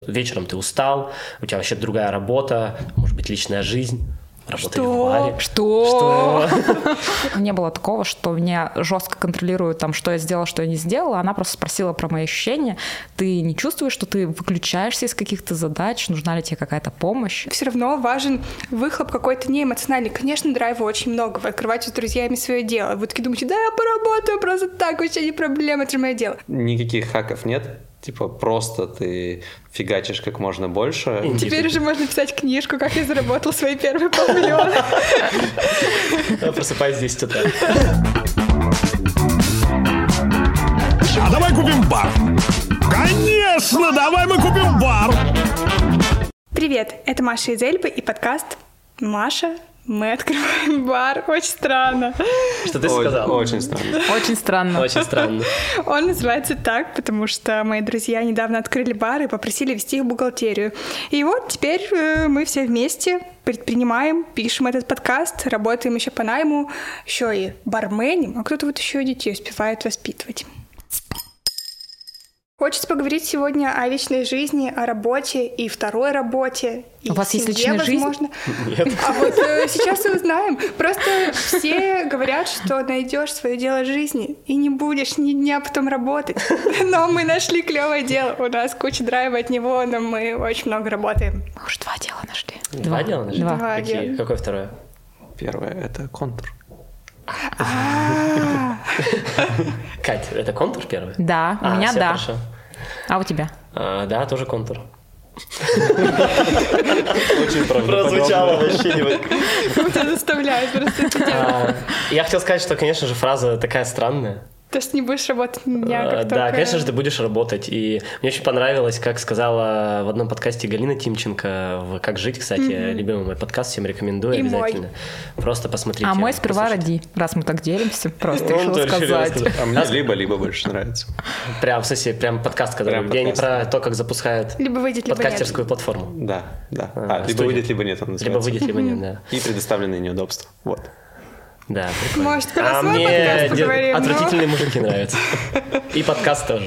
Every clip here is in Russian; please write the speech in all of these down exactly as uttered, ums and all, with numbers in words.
Вечером ты устал, у тебя вообще другая работа, может быть, личная жизнь. Работать что? в баре. Что? Что? Не было такого, что меня жестко контролируют, там, что я сделала, что я не сделала. Она просто спросила про мои ощущения. Ты не чувствуешь, что ты выключаешься из каких-то задач? Нужна ли тебе какая-то помощь? Все равно важен выхлоп какой-то неэмоциональный. Конечно, драйва очень много. Вы открываете с друзьями свое дело. Вы такие думаете, да, я поработаю просто так, вообще не проблема, это же мое дело. Никаких хаков нет. Типа просто ты фигачишь как можно больше. И теперь уже можно писать книжку, как я заработал свои первые полмиллиона. Просыпаюсь в десять утра. А давай купим бар. Конечно, давай мы купим бар. Привет, это Маша из Эльбы и подкаст «Маша, мы открываем бар». Очень странно. Что ты сказала? Очень странно. Очень странно. Очень странно. Он называется так, потому что мои друзья недавно открыли бар и попросили вести их бухгалтерию. И вот теперь э, мы все вместе предпринимаем, пишем этот подкаст, работаем еще по найму, еще и барменим, а кто-то вот еще и детей успевает воспитывать. Хочется поговорить сегодня о личной жизни, о работе и второй работе. И У вас есть семье, личная возможно. жизнь? Нет. А вот э, сейчас и узнаем. Просто все говорят, что найдешь свое дело жизни и не будешь ни дня потом работать. Но мы нашли клевое дело. У нас куча драйва от него, но мы очень много работаем. Мы уже два дела нашли. Два дела нашли? Два. Два Какие? дела. Какое второе? Первое — это контур. А, Кать, это контур первый? Да, у А, меня всё да. хорошо. А у тебя? А, да, тоже контур. Очень Прозвучало вообще не Тебя заставляют просто это делать. А, Я хотел сказать, что, конечно же, фраза такая странная. То, что не будешь работать ни дня, А, как Да, только- конечно же, ты будешь работать. И мне очень понравилось, как сказала в одном подкасте Галина Тимченко в «Как жить», кстати, любимый мой подкаст, всем рекомендую И мой. обязательно. Просто посмотрите. А мой сперва послушайте. роди, раз мы так делимся, просто Он решила тоже решил сказать. рассказать. А мне либо-либо больше нравится. Прям, в смысле, прям подкаст, который, Прям где они подкаст. про то, как запускают Либо выйдет, либо нет. подкастерскую платформу. Да, да. А, А, либо студия. выйдет, либо нет, он Либо называется. выйдет, либо нет, да. И предоставленные неудобства. Вот. Да, прикольно. Может, про А свой мне подкаст де- поговорим, но- отвратительные мужики нравятся. И подкаст тоже.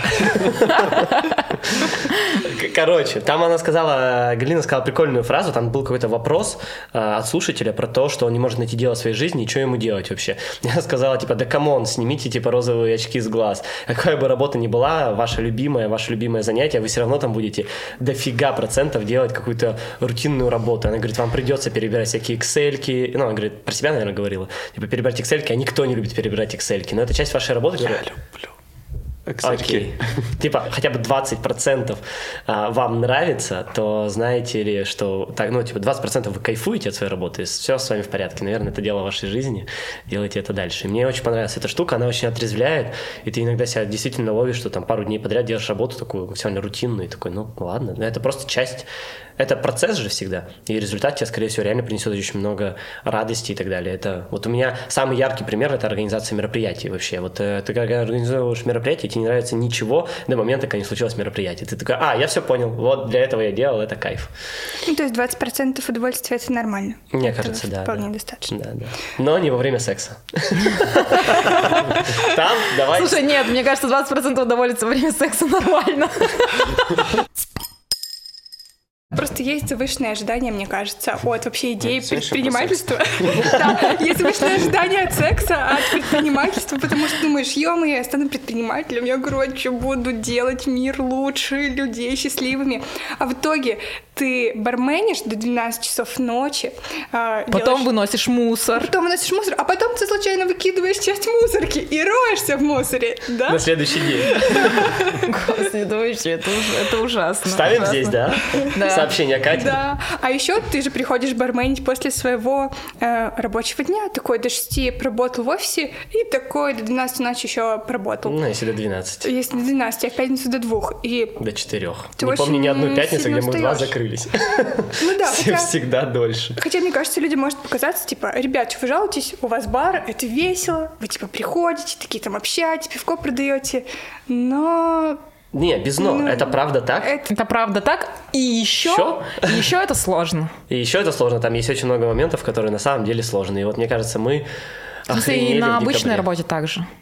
К- Короче, там она сказала, Галина сказала прикольную фразу, там был какой-то вопрос э, от слушателя про то, что он не может найти дело в своей жизни, и что ему делать вообще. Я сказала, типа, да камон, снимите, типа, розовые очки с глаз. Какая бы работа ни была, ваша любимая, ваше любимое занятие, вы все равно там будете дофига процентов делать какую-то рутинную работу. Она говорит, вам придется перебирать всякие эксельки. Ну, она говорит, про себя, наверное, говорила. Типа, перебирать эксельки, а никто не любит перебирать эксельки. Но это часть вашей работы. Я которая- люблю. Окей. Типа, хотя бы двадцать процентов а, вам нравится, то знаете ли, что так, ну, типа, двадцать процентов вы кайфуете от своей работы, все с вами в порядке. Наверное, это дело вашей жизни. Делайте это дальше. И мне очень понравилась эта штука, она очень отрезвляет, и ты иногда себя действительно ловишь, что там пару дней подряд делаешь работу такую максимально рутинную, и такой, ну, ладно. Но это просто часть, это процесс же всегда, и результат тебе, скорее всего, реально принесет очень много радости и так далее. Это вот у меня самый яркий пример – это организация мероприятий вообще. Вот э, ты когда организуешь мероприятие, тебе не нравится ничего до момента, когда не случилось мероприятие. Ты такой, а, я все понял, вот для этого я делал, это кайф. Ну, то есть двадцать процентов удовольствия — это нормально. Мне Это кажется, да. вполне да. достаточно. Да, да. Но не во время секса. Там давай... Слушай, нет, мне кажется, двадцать процентов удовольствия во время секса нормально. Просто есть завышенные ожидания, мне кажется, от вообще идеи Это всё ещё про предпринимательства. Да, есть завышенные ожидания от секса, от предпринимательства, потому что думаешь, ё-моё, я стану предпринимателем, я, короче, буду делать мир лучше, людей счастливыми. А в итоге ты барменишь до двенадцати часов ночи. а, Потом делаешь- выносишь мусор. Потом выносишь мусор, а потом ты случайно выкидываешь часть мусорки и роешься в мусоре, да? На следующий день. Господи, да вообще, это, уж- это ужасно. Ставим ужасно. здесь, да? Да. Сообщение Кате. Да, а еще ты же приходишь барменить после своего э, рабочего дня, такой до шести поработал в офисе и такой до двенадцати ночи еще поработал. Ну, если до двенадцати. Если до двенадцати, а в пятницу до двух. И, До четырех. Ты Не помню ни очень одну пятницу, сильно где мы в два устаёшь. закрылись. ну да, Все хотя, всегда дольше. хотя, мне кажется, людям может показаться, типа, ребят, что вы жалуетесь, у вас бар, это весело, вы, типа, приходите, такие там общаетесь, пивко продаете, но... Не, без но. Ну, Это правда так. Это... Это правда так. И еще, Ещё? и еще это сложно. И еще это сложно. Там есть очень много моментов, которые на самом деле сложные. И вот мне кажется, мы В смысле, и охренели на в обычной декабре. работе также.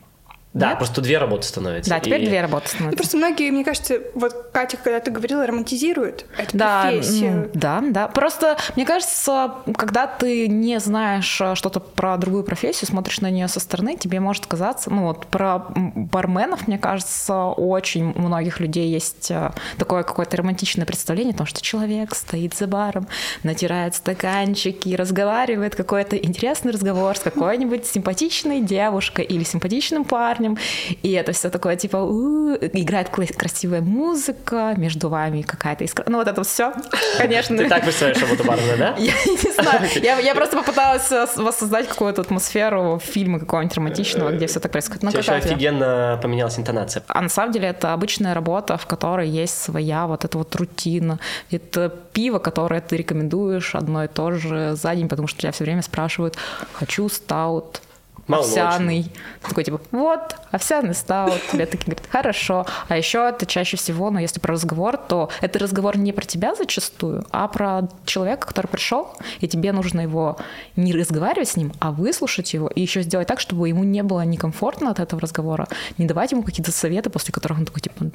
Да, Нет? просто две работы становятся. Да, теперь и... две работы Ну, становятся. просто многие, мне кажется, вот Катя, когда ты говорила, романтизируют эту Да, профессию. ну, да, да. Просто, мне кажется, когда ты не знаешь э, что-то про другую профессию, смотришь на нее со стороны, тебе может казаться, ну вот про барменов, мне кажется, очень у многих людей есть э, такое какое-то романтичное представление о том, что человек стоит за баром, натирает стаканчики, разговаривает какой-то интересный разговор с какой-нибудь симпатичной девушкой или симпатичным парнем, и это все такое, типа, у-у-у, играет красивая музыка, между вами какая-то искра. Ну, вот это все, конечно. Ты так представляешь работу бармена, да? Я не знаю. Я, я просто попыталась воссоздать какую-то атмосферу фильма какого-нибудь романтичного, где все так происходит. Ну, У тебя еще офигенно поменялась интонация. А на самом деле это обычная работа, в которой есть своя вот эта вот рутина. Это пиво, которое ты рекомендуешь одно и то же за день, потому что тебя все время спрашивают: хочу стаут, овсяный. Такой типа, вот, овсяный стаут. Тебе такие говорят, хорошо. А еще это чаще всего, ну, если про разговор, то это разговор не про тебя зачастую, а про человека, который пришел, и тебе нужно его не разговаривать с ним, а выслушать его, и еще сделать так, чтобы ему не было некомфортно от этого разговора, не давать ему какие-то советы, после которых он такой, типа...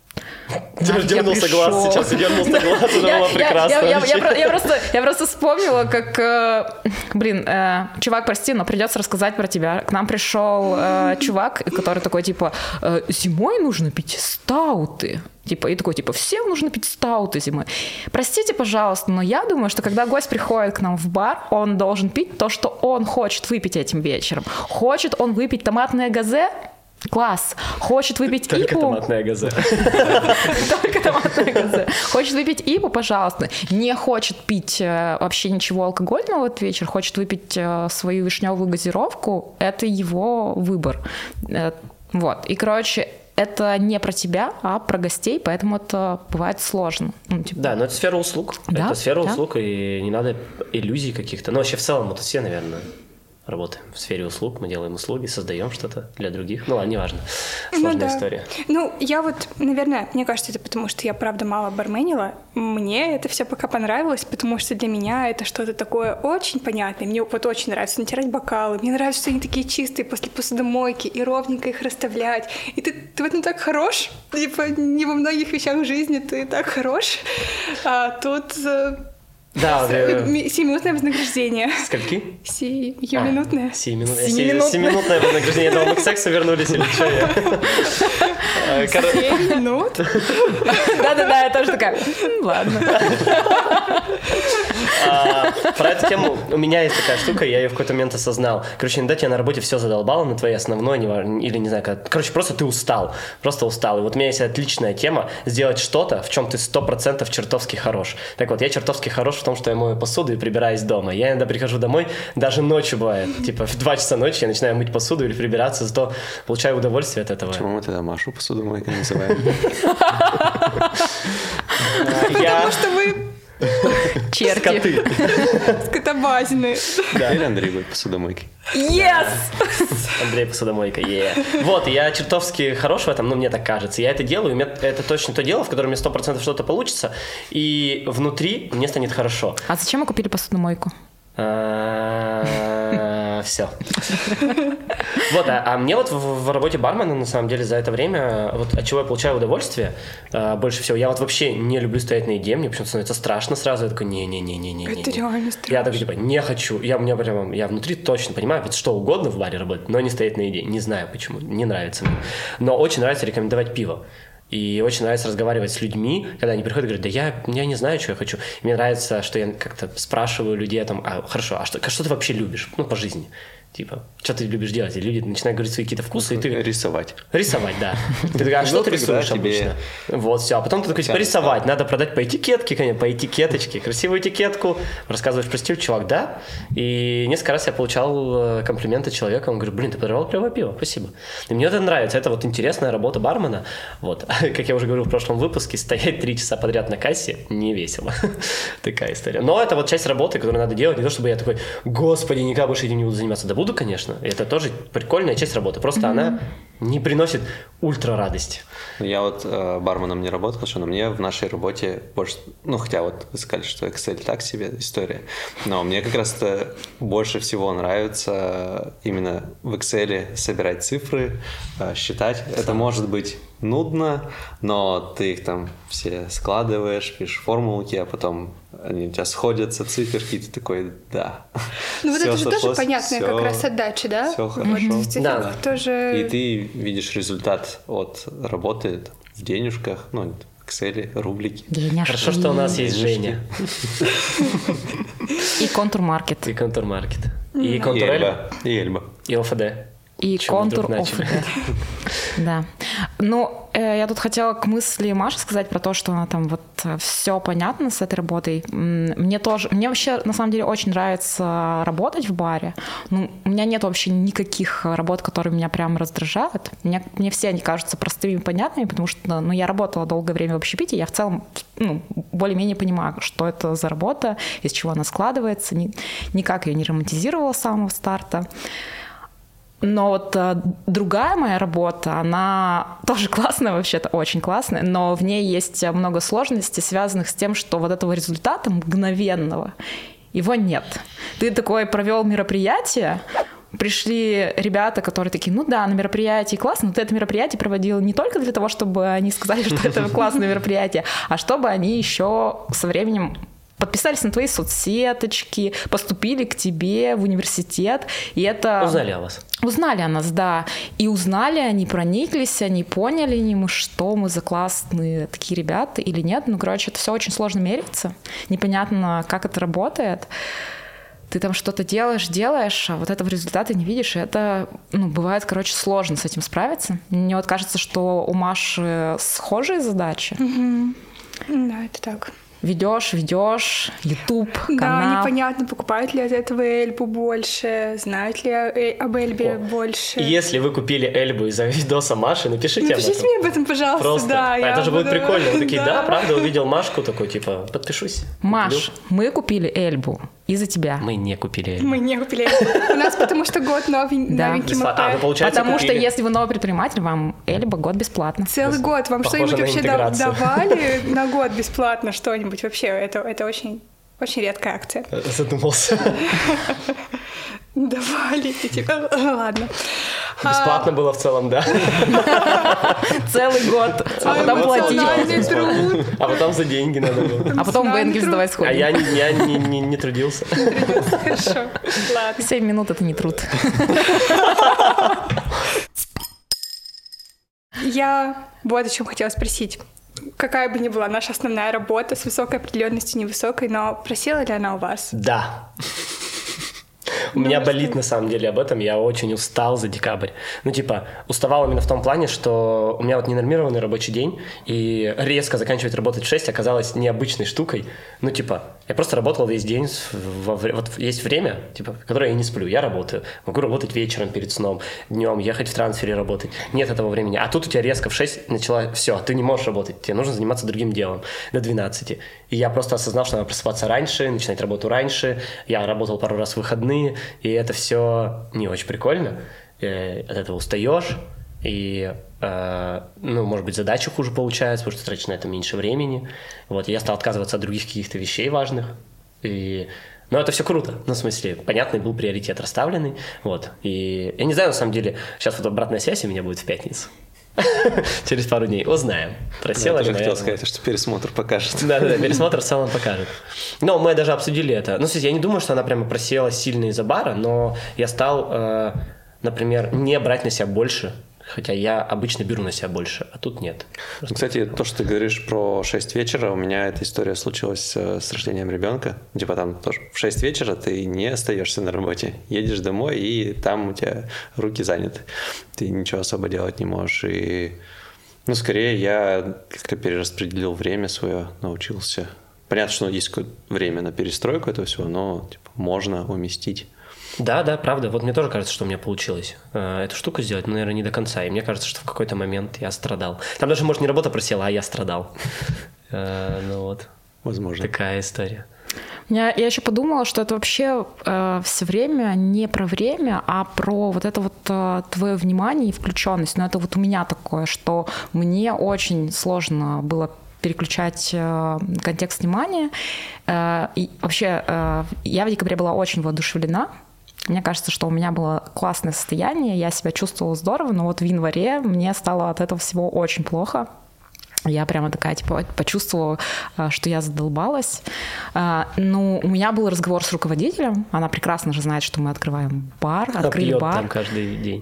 Дернулся глаз сейчас, дернулся глаз, это было прекрасно. Я просто я просто вспомнила, как, блин, чувак, прости, но придется рассказать про тебя. К нам пришел чувак, который такой, типа, зимой нужно пить стауты. Типа, и такой, типа, всем нужно пить стауты зимой. Простите, пожалуйста, но я думаю, что когда гость приходит к нам в бар, он должен пить то, что он хочет выпить этим вечером. Хочет он выпить томатное газе? Класс. Хочет выпить Только ипу? томатное газе. Только томатное газе. Хочет выпить ипу, пожалуйста. Не хочет пить э, вообще ничего алкогольного в этот вечер, хочет выпить э, свою вишневую газировку, это его выбор. Э, вот. И, короче, это не про тебя, а про гостей, поэтому это бывает сложно. Ну, типа... Да, но это сфера услуг. Да, это сфера да. услуг, и не надо иллюзий каких-то. Ну, вообще в целом, вот все, наверное, работаем в сфере услуг, мы делаем услуги, создаем что-то для других. Ну ладно, неважно. Сложная ну, да. история. Ну, я вот, наверное, мне кажется, это потому, что я, правда, мало барменила. Мне это все пока понравилось, потому что для меня это что-то такое очень понятное. Мне вот очень нравится натирать бокалы. Мне нравится, что они такие чистые после посудомойки, и ровненько их расставлять. И ты, ты в этом так хорош. Типа, не во многих вещах в жизни ты так хорош. А тут... Да, семиминутное вознаграждение. Скольки? Семиминутное. А, семиминутное вознаграждение. Я думал, мы к сексу вернулись или что? Семь минут? Да-да-да, я тоже такая, ладно. Про эту тему у меня есть такая штука, я ее в какой-то момент осознал. Короче, иногда тебя на работе все задолбало на твоей основной, или не знаю, короче, просто ты устал. Просто устал. И вот у меня есть отличная тема сделать что-то, в чем ты сто процентов чертовски хорош. Так вот, я чертовски хорош в том, что я мою посуду и прибираюсь дома. Я иногда прихожу домой, даже ночью бывает, типа в два часа ночи я начинаю мыть посуду или прибираться, зато получаю удовольствие от этого. Почему мы тогда Машу посудомойкой называем? Потому что вы черти. Скоты. Скотобазины. Или Андрей будет посудомойкой. Yes! Андрей посудомойка, yeah. Вот, и я чертовски хорош в этом, ну, мне так кажется. Я это делаю, и мне, это точно то дело, в котором мне сто процентов что-то получится, и внутри мне станет хорошо. А зачем мы купили посудомойку? Все. Вот, а, а мне вот в, в работе бармена, на самом деле, за это время, вот от чего я получаю удовольствие а, больше всего, я вот вообще не люблю стоять на еде, мне почему-то становится страшно сразу, я такой, не-не-не-не-не. Это реально страшно. Я такой, типа, не хочу, я, мне прямо, я внутри точно понимаю, ведь что угодно в баре работать, но не стоять на еде, не знаю почему, не нравится мне. Но очень нравится рекомендовать пиво. И очень нравится разговаривать с людьми, когда они приходят и говорят, да я, я не знаю, что я хочу. И мне нравится, что я как-то спрашиваю людей о том, а хорошо, а что, что ты вообще любишь, ну, по жизни? Типа, что ты любишь делать? И люди начинают говорить свои какие-то вкусы, и ты... Рисовать. Рисовать, да. Ты такой, а что ты рисуешь обычно? Вот, все. А потом ты такой, типа, рисовать. Надо продать по этикетке, конечно, по этикеточке. Красивую этикетку. Рассказываешь про стиль, чувак, да? И несколько раз я получал комплименты человека. Он говорит, блин, ты подорвал клевое пиво, спасибо. И мне это нравится. Это вот интересная работа бармена. Вот. Как я уже говорил в прошлом выпуске, стоять три часа подряд на кассе не весело. Такая история. Но это вот часть работы, которую надо делать. Не то, чтобы я такой, господи, никогда больше этим не буду заниматься. Да буду буду, конечно. Это тоже прикольная часть работы. Просто mm-hmm. она не приносит ультра радости. Я вот э, барменом не работал, что, но мне в нашей работе больше... Ну, хотя вот вы сказали, что Excel так себе история. Но мне как раз-то больше всего нравится именно в Excel собирать цифры, э, считать. Это может быть нудно, но ты их там все складываешь, пишешь формулки, а потом они у тебя сходятся, циферки, и ты такой, да. Ну вот Всё это же сошлось, тоже понятная всё, как раз отдача, да? Все Вот хорошо. в цифрах Да. тоже... И ты видишь результат от работы там, в денежках, ну, в Excel, рублики. Денежки. Хорошо, что у нас есть Женя. И контур-маркет. И контур-маркет. И И контур Эльба. И Эльба. И ОФД. И Чего мы вдруг контур начали? ОФД. Да. Ну, э, я тут хотела к мысли Маши сказать про то, что она там вот все понятно с этой работой. М, Мне тоже, мне вообще на самом деле очень нравится работать в баре. Ну, у меня нет вообще никаких работ, которые меня прям раздражают. Мне, мне все они кажутся простыми и понятными, потому что ну, я работала долгое время в общепите, я в целом ну, более-менее понимаю, что это за работа, из чего она складывается. Ни, никак ее не романтизировала с самого старта. Но вот а, другая моя работа, она тоже классная, вообще-то очень классная, но в ней есть много сложностей, связанных с тем, что вот этого результата мгновенного, его нет. Ты такой провел мероприятие, пришли ребята, которые такие, ну да, на мероприятии классно, но ты это мероприятие проводил не только для того, чтобы они сказали, что это классное мероприятие, а чтобы они еще со временем подписались на твои соцсеточки, поступили к тебе в университет, и это... Узнали о вас. Узнали о нас, да. И узнали, они прониклись, они поняли, не мы, что мы за классные такие ребята или нет. Ну, короче, это все очень сложно мериться. Непонятно, как это работает. Ты там что-то делаешь, делаешь, а вот этого результата не видишь, и это, ну, бывает, короче, сложно с этим справиться. Мне вот кажется, что у Маши схожие задачи. Мгм. Да, это так. Ведешь, ведешь, YouTube, Да, канал. непонятно, покупают ли от этого Эльбу больше, знают ли о- об Эльбе О. больше. И если вы купили Эльбу из-за видоса Маши, напишите об Напишите этом. мне об этом, пожалуйста, Просто. да. А я это же будет буду- прикольно. Вы такие, да, Да. правда, увидел Машку, такой, типа, подпишусь. Маш, Куплю. мы купили Эльбу из-за тебя. Мы не купили Эльбу. Мы не купили Эльбу. У нас потому что год новень- Да. новенький Бесплатно. А, ну, мопед. получается, Потому что купили. если вы новый предприниматель, вам Эльба год бесплатно. Целый год. Вам Похоже что-нибудь на вообще да- интеграцию. давали на год бесплатно что-нибудь? Вообще, это, это очень, очень редкая акция. Задумался. Давали. И типа, ладно. Бесплатно было в целом, да. Целый год, а потом платить. Эмоциональный труд. А потом за деньги надо было. А потом в Энгельс давай А сходим. я не, я не, не, не трудился. Хорошо. Ладно. Семь минут — это не труд. Я вот о чем хотела спросить. Какая бы ни была наша основная работа, с высокой определенностью, невысокой, но просила ли она у вас? Да. У меня болит на самом деле об этом, я очень устал за декабрь. Ну, типа, уставал именно в том плане, что у меня вот ненормированный рабочий день, и резко заканчивать работать в шесть оказалось необычной штукой. Ну, типа, я просто работал весь день, с- во вре- вот есть время, типа, в которое я не сплю, я работаю. Могу работать вечером перед сном, днем, ехать в трансфере работать. Нет этого времени. А тут у тебя резко в шесть начала, все, ты не можешь работать, тебе нужно заниматься другим делом до двенадцати. И я просто осознал, что надо просыпаться раньше, начинать работу раньше. Я работал пару раз в выходные, и это все не очень прикольно. Э, От этого устаешь, и, э, ну, может быть, задачи хуже получаются, потому что тратишь на это меньше времени. Вот, и я стал отказываться от других каких-то вещей важных. И... Но это все круто. Ну, в смысле, понятный был приоритет расставленный. Вот. И я не знаю, на самом деле, сейчас вот обратная связь у меня будет в пятницу. Через пару дней. Узнаем. Просела Я ли тоже моя хотел работа. сказать, что пересмотр покажет. Да-да, пересмотр в целом покажет. Но мы даже обсудили это. Ну, кстати, я не думаю, что она прямо просела сильно из-за бара, но я стал, э, например, не брать на себя больше, хотя я обычно беру на себя больше, а тут нет. Ну, кстати, то, что ты говоришь про шесть вечера, у меня эта история случилась э, с рождением ребенка. Типа там тоже в шесть вечера ты не остаешься на работе, едешь домой, и там у тебя руки заняты. Ты ничего особо делать не можешь. И, ну, скорее я как-то перераспределил время свое, научился. Понятно, что есть какое-то время на перестройку этого всего, но типа, можно уместить. Да, да, правда. Вот мне тоже кажется, что у меня получилось э, эту штуку сделать, но, наверное, не до конца. И мне кажется, что в какой-то момент я страдал. Там даже, может, не работа просела, а я страдал. Э, Ну вот, Возможно. такая история. Я, я еще подумала, что это вообще э, все время не про время, а про вот это вот э, твое внимание и включенность. Но это вот у меня такое, что мне очень сложно было переключать э, контекст внимания. Э, и вообще э, я в декабре была очень воодушевлена. Мне кажется, что у меня было классное состояние, я себя чувствовала здорово, но вот в январе мне стало от этого всего очень плохо. Я прямо такая, типа, почувствовала, что я задолбалась. Ну, у меня был разговор с руководителем. Она прекрасно же знает, что мы открываем бар, она открыли пьет бар. Там каждый день.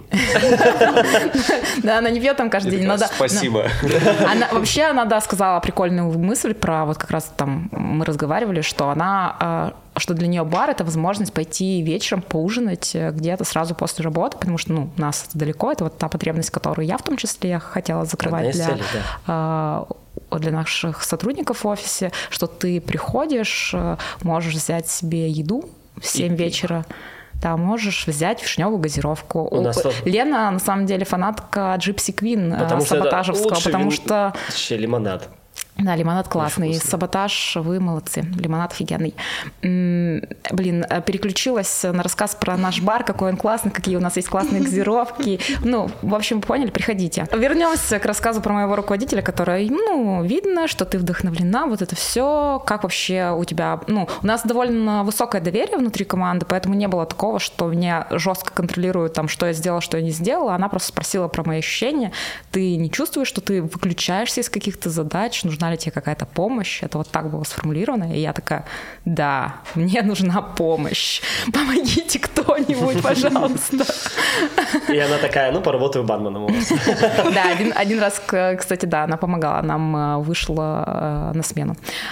Да, она не пьет там каждый день. Спасибо. Вообще, она, да, сказала прикольную мысль про, вот как раз там мы разговаривали, что она... что для нее бар — это возможность пойти вечером поужинать где-то сразу после работы, потому что, ну, нас далеко, это вот та потребность, которую я в том числе хотела закрывать для, цели, да. для наших сотрудников в офисе, что ты приходишь, можешь взять себе еду в семь и вечера, да, можешь взять вишневую газировку. У нас Лена, на самом деле, фанатка Gypsy Queen саботажевского, потому что... Еще лимонад. Да, лимонад классный. Саботаж, вы молодцы. Лимонад офигенный. Блин, переключилась на рассказ про наш бар, какой он классный, какие у нас есть классные газировки. Ну, в общем, поняли, приходите. Вернемся к рассказу про моего руководителя, который, ну, видно, что ты вдохновлена, вот это все. Как вообще у тебя... Ну, у нас довольно высокое доверие внутри команды, поэтому не было такого, что меня жестко контролируют, там, что я сделала, что я не сделала. Она просто спросила про мои ощущения. Ты не чувствуешь, что ты выключаешься из каких-то задач? Нужна ли тебе какая-то помощь? Это вот так было сформулировано. И я такая, да, мне нужна помощь. Помогите кто-нибудь, пожалуйста. И она такая, ну, поработаю барменом у вас. Да, один, один раз, кстати, да, она помогала. Нам вышла на смену.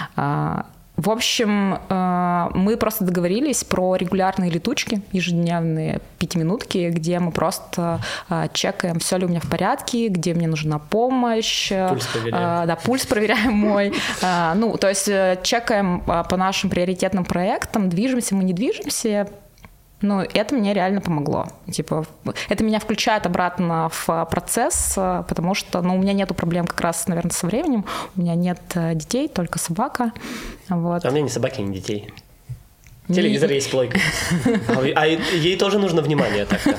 В общем, мы просто договорились про регулярные летучки, ежедневные пятиминутки, где мы просто чекаем, все ли у меня в порядке, где мне нужна помощь. Пульс проверяем. Да, пульс проверяем мой. Ну, то есть чекаем по нашим приоритетным проектам, движемся мы, не движемся. Ну, это мне реально помогло. Типа, это меня включает обратно в процесс, потому что, ну, у меня нету проблем как раз, наверное, со временем. У меня нет детей, только собака. Вот. А у меня ни собаки, ни детей. Телевизор есть плойка. А ей тоже нужно внимание так-то.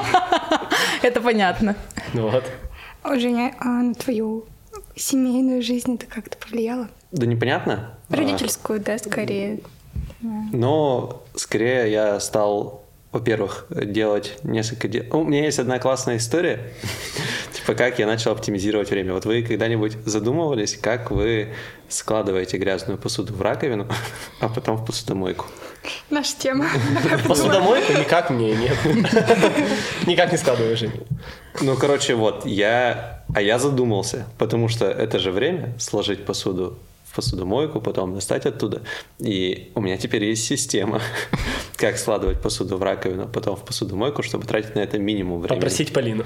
Это понятно. Вот. Женя, а на твою семейную жизнь это как-то повлияло? Да непонятно. Родительскую, да, скорее. Но скорее я стал, во-первых, делать несколько дел. У меня есть одна классная история, типа как я начал оптимизировать время. Вот вы когда-нибудь задумывались, как вы складываете грязную посуду в раковину, а потом в посудомойку? Наша тема. Посудомойку никак мне нет. Никак не складываю же. Ну, короче, вот, я... А я задумался, потому что это же время сложить посуду в посудомойку, потом достать оттуда. И у меня теперь есть система, как складывать посуду в раковину, потом в посудомойку, чтобы тратить на это минимум времени. Попросить Полину.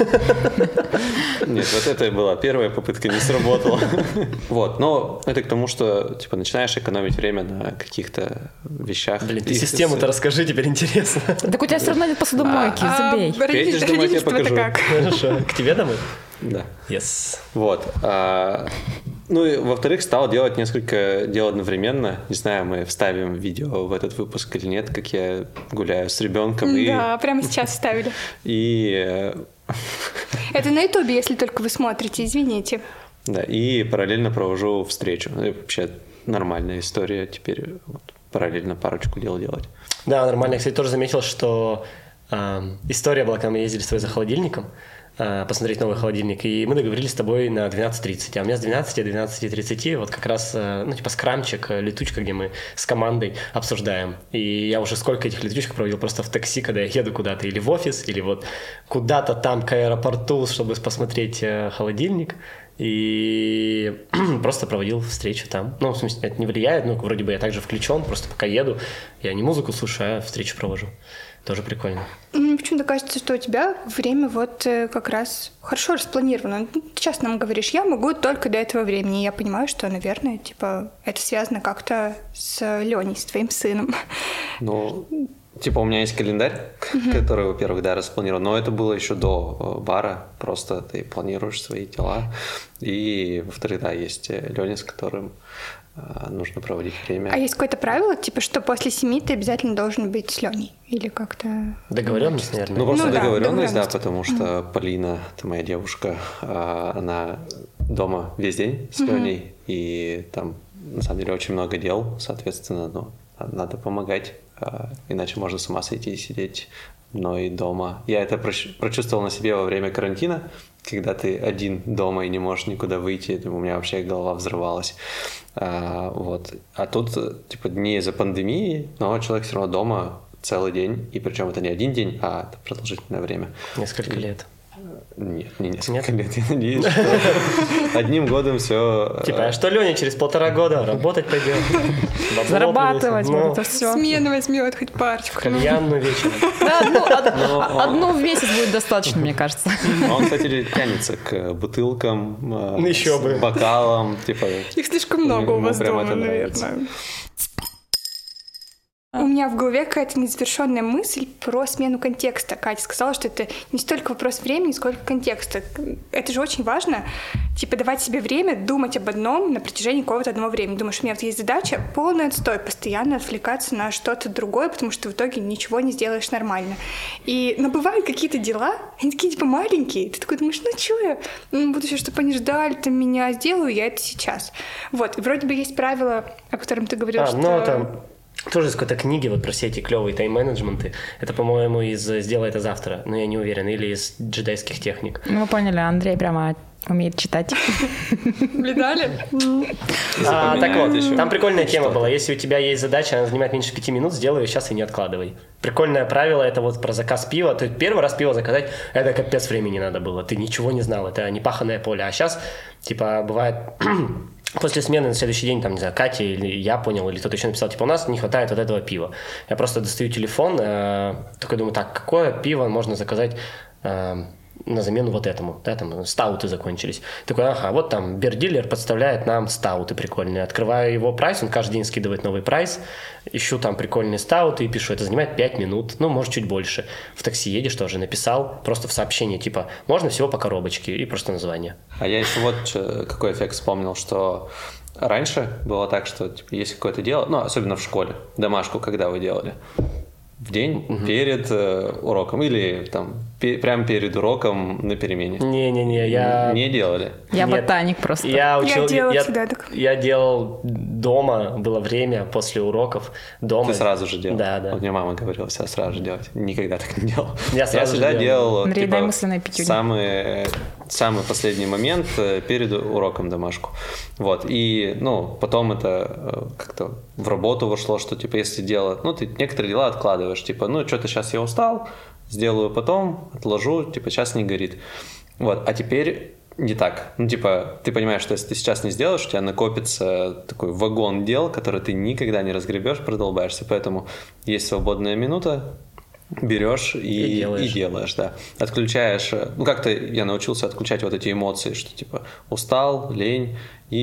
Нет, вот это была первая попытка, не сработала. Вот, но это к тому, что типа начинаешь экономить время на каких-то вещах. Блин, ты систему-то расскажи, теперь интересно. Так у тебя все равно нет посудомойки, забей. Едешь домой, я тебе покажу. Хорошо. К тебе домой? Да. Yes. Вот. А, ну и во-вторых, стал делать несколько дел одновременно. Не знаю, мы вставим видео в этот выпуск или нет, как я гуляю с ребенком. Да, и... прямо сейчас вставили. И... Это на Ютубе, если только вы смотрите, извините. Да, и параллельно провожу встречу. И вообще нормальная история теперь вот, параллельно парочку дел делать. Да, нормально. Я, кстати, тоже заметил, что э, история была, когда мы ездили с тобой за холодильником, посмотреть новый холодильник, и мы договорились с тобой на двенадцать тридцать, а у меня с двенадцати до двенадцати тридцати вот как раз, ну, типа скрамчик, летучка, где мы с командой обсуждаем, и я уже сколько этих летучек проводил просто в такси, когда я еду куда-то, или в офис, или вот куда-то там к аэропорту, чтобы посмотреть холодильник, и просто проводил встречу там. Ну, в смысле, это не влияет, ну, вроде бы я также включен, просто пока еду, я не музыку слушаю, а встречу провожу. Тоже прикольно. Мне почему-то кажется, что у тебя время вот как раз хорошо распланировано. Ты часто нам говоришь, я могу только до этого времени. Я понимаю, что, наверное, типа это связано как-то с Леней, с твоим сыном. Ну, типа у меня есть календарь, mm-hmm. который, во-первых, да, распланирован, но это было еще до бара, просто ты планируешь свои дела. И, во-вторых, да, есть Леня, с которым нужно проводить время. А есть какое-то правило, типа, что после семи ты обязательно должен быть с Леней? Или как-то... Договоренность, наверное. Ну, просто ну, договоренность, да, да, потому что mm-hmm. Полина, это моя девушка, она дома весь день с mm-hmm. Леней, и там, на самом деле, очень много дел, соответственно, ну, надо помогать, иначе можно с ума сойти и сидеть одной дома. Я это прочувствовал на себе во время карантина, когда ты один дома и не можешь никуда выйти, у меня вообще голова взрывалась. А, вот. А тут, типа, не из-за пандемии, но человек все равно дома целый день, и причем это не один день, а это продолжительное время. Несколько и... лет. Нет, не несколько Нет? лет, я надеюсь, что одним годом все... Типа, а что Леня через полтора года работать пойдет? Зарабатывать, вот это все. Смену возьмет хоть парочку. Кальянную вечером. Да, одну в месяц будет достаточно, мне кажется. Он, кстати, тянется к бутылкам, Еще бы. бокалам. Типа, их слишком много у вас дома, наверное. У меня в голове какая-то незавершенная мысль про смену контекста. Катя сказала, что это не столько вопрос времени, сколько контекста. Это же очень важно, типа, давать себе время думать об одном на протяжении какого-то одного времени. Думаешь, у меня вот есть задача, полный отстой, постоянно отвлекаться на что-то другое, потому что в итоге ничего не сделаешь нормально. И, но бывают какие-то дела, они такие, типа, маленькие. Ты такой думаешь, ну что я? Ну, буду еще, чтобы они ждали, там, меня сделаю, я это сейчас. Вот, и вроде бы есть правило, о котором ты говорил, а, что... Ну, это... Тоже из какой-то книги вот про все эти клевые тайм-менеджменты. Это, по-моему, из «Сделай это завтра», но я не уверен, или из джедайских техник. Ну, вы поняли, Андрей прямо умеет читать. Видали? А, так вот, там прикольная тема была. Если у тебя есть задача, она занимает меньше пяти минут, сделай ее сейчас и не откладывай. Прикольное правило, это вот про заказ пива. То есть первый раз пиво заказать, это капец времени надо было. Ты ничего не знал, это непаханное поле. А сейчас, типа, бывает... После смены на следующий день, там, не знаю, Катя или я понял, или кто-то еще написал, типа, у нас не хватает вот этого пива. Я просто достаю телефон, э, такой думаю, так, какое пиво можно заказать э, на замену вот этому, да, там, стауты закончились. Такой, ага, вот там бир-дилер подставляет нам стауты прикольные. Открываю его прайс, он каждый день скидывает новый прайс, ищу там прикольные стауты и пишу, это занимает пять минут, ну, может, чуть больше. В такси едешь тоже, написал, просто в сообщении, типа, можно всего по коробочке и просто название. А я еще вот какой эффект вспомнил, что раньше было так, что типа, есть какое-то дело, ну, особенно в школе, домашку, когда вы делали? В день угу. перед э, уроком или там пе- прямо перед уроком на перемене? Не-не-не, я... Не делали? Я Нет, ботаник просто. Я, учил, я делала я, всегда так. Я делал дома, было время после уроков дома. Ты сразу же делал? Да, да. Вот мне мама говорила, все сразу же делать. Никогда так не делал. Я сразу я же всегда делал, делал Андрей, типа, дай мысленное пятюню. самый, самый последний момент перед уроком домашку. Вот. И, ну, потом это как-то в работу вошло, что, типа, если дело... Ну, ты некоторые дела откладываешь. Типа, ну, что-то сейчас я устал, сделаю потом, отложу, типа, сейчас не горит. Вот. А теперь... Не так. Ну, типа, ты понимаешь, что если ты сейчас не сделаешь, у тебя накопится такой вагон дел, который ты никогда не разгребешь, продолбаешься. Поэтому есть свободная минута, берешь и, и, делаешь. и делаешь, да. Отключаешь, ну, как-то я научился отключать вот эти эмоции, что, типа, устал, лень,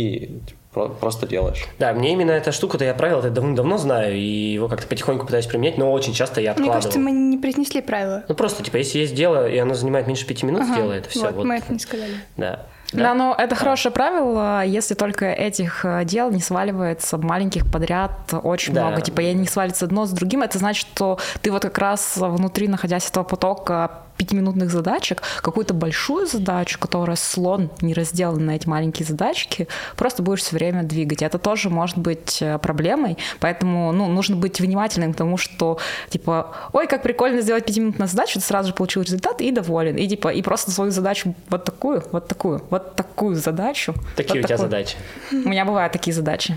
и типа, просто делаешь. Да, мне именно эта штука-то я правило это давно знаю, и его как-то потихоньку пытаюсь применять, но очень часто я откладываю. Мне кажется, мы не произнесли правила. Ну, просто, типа, если есть дело, и оно занимает меньше пяти минут, ага, сделай это все. Вот, вот, мы это не сказали. Да. Да, да, но это а. хорошее правило, если только этих дел не сваливается маленьких подряд очень да. много. Типа, я не свалится одно с другим, это значит, что ты вот как раз внутри, находясь этого потока пятиминутных задачек, какую-то большую задачу, которая слон не разделан на эти маленькие задачки, просто будешь все время двигать. Это тоже может быть проблемой, поэтому ну, нужно быть внимательным к тому, что типа, ой, как прикольно сделать пятиминутную задачу, ты сразу же получил результат и доволен. И типа, и просто свою задачу вот такую, вот такую, вот такую задачу. Такие вот у тебя такую. задачи. У меня бывают такие задачи.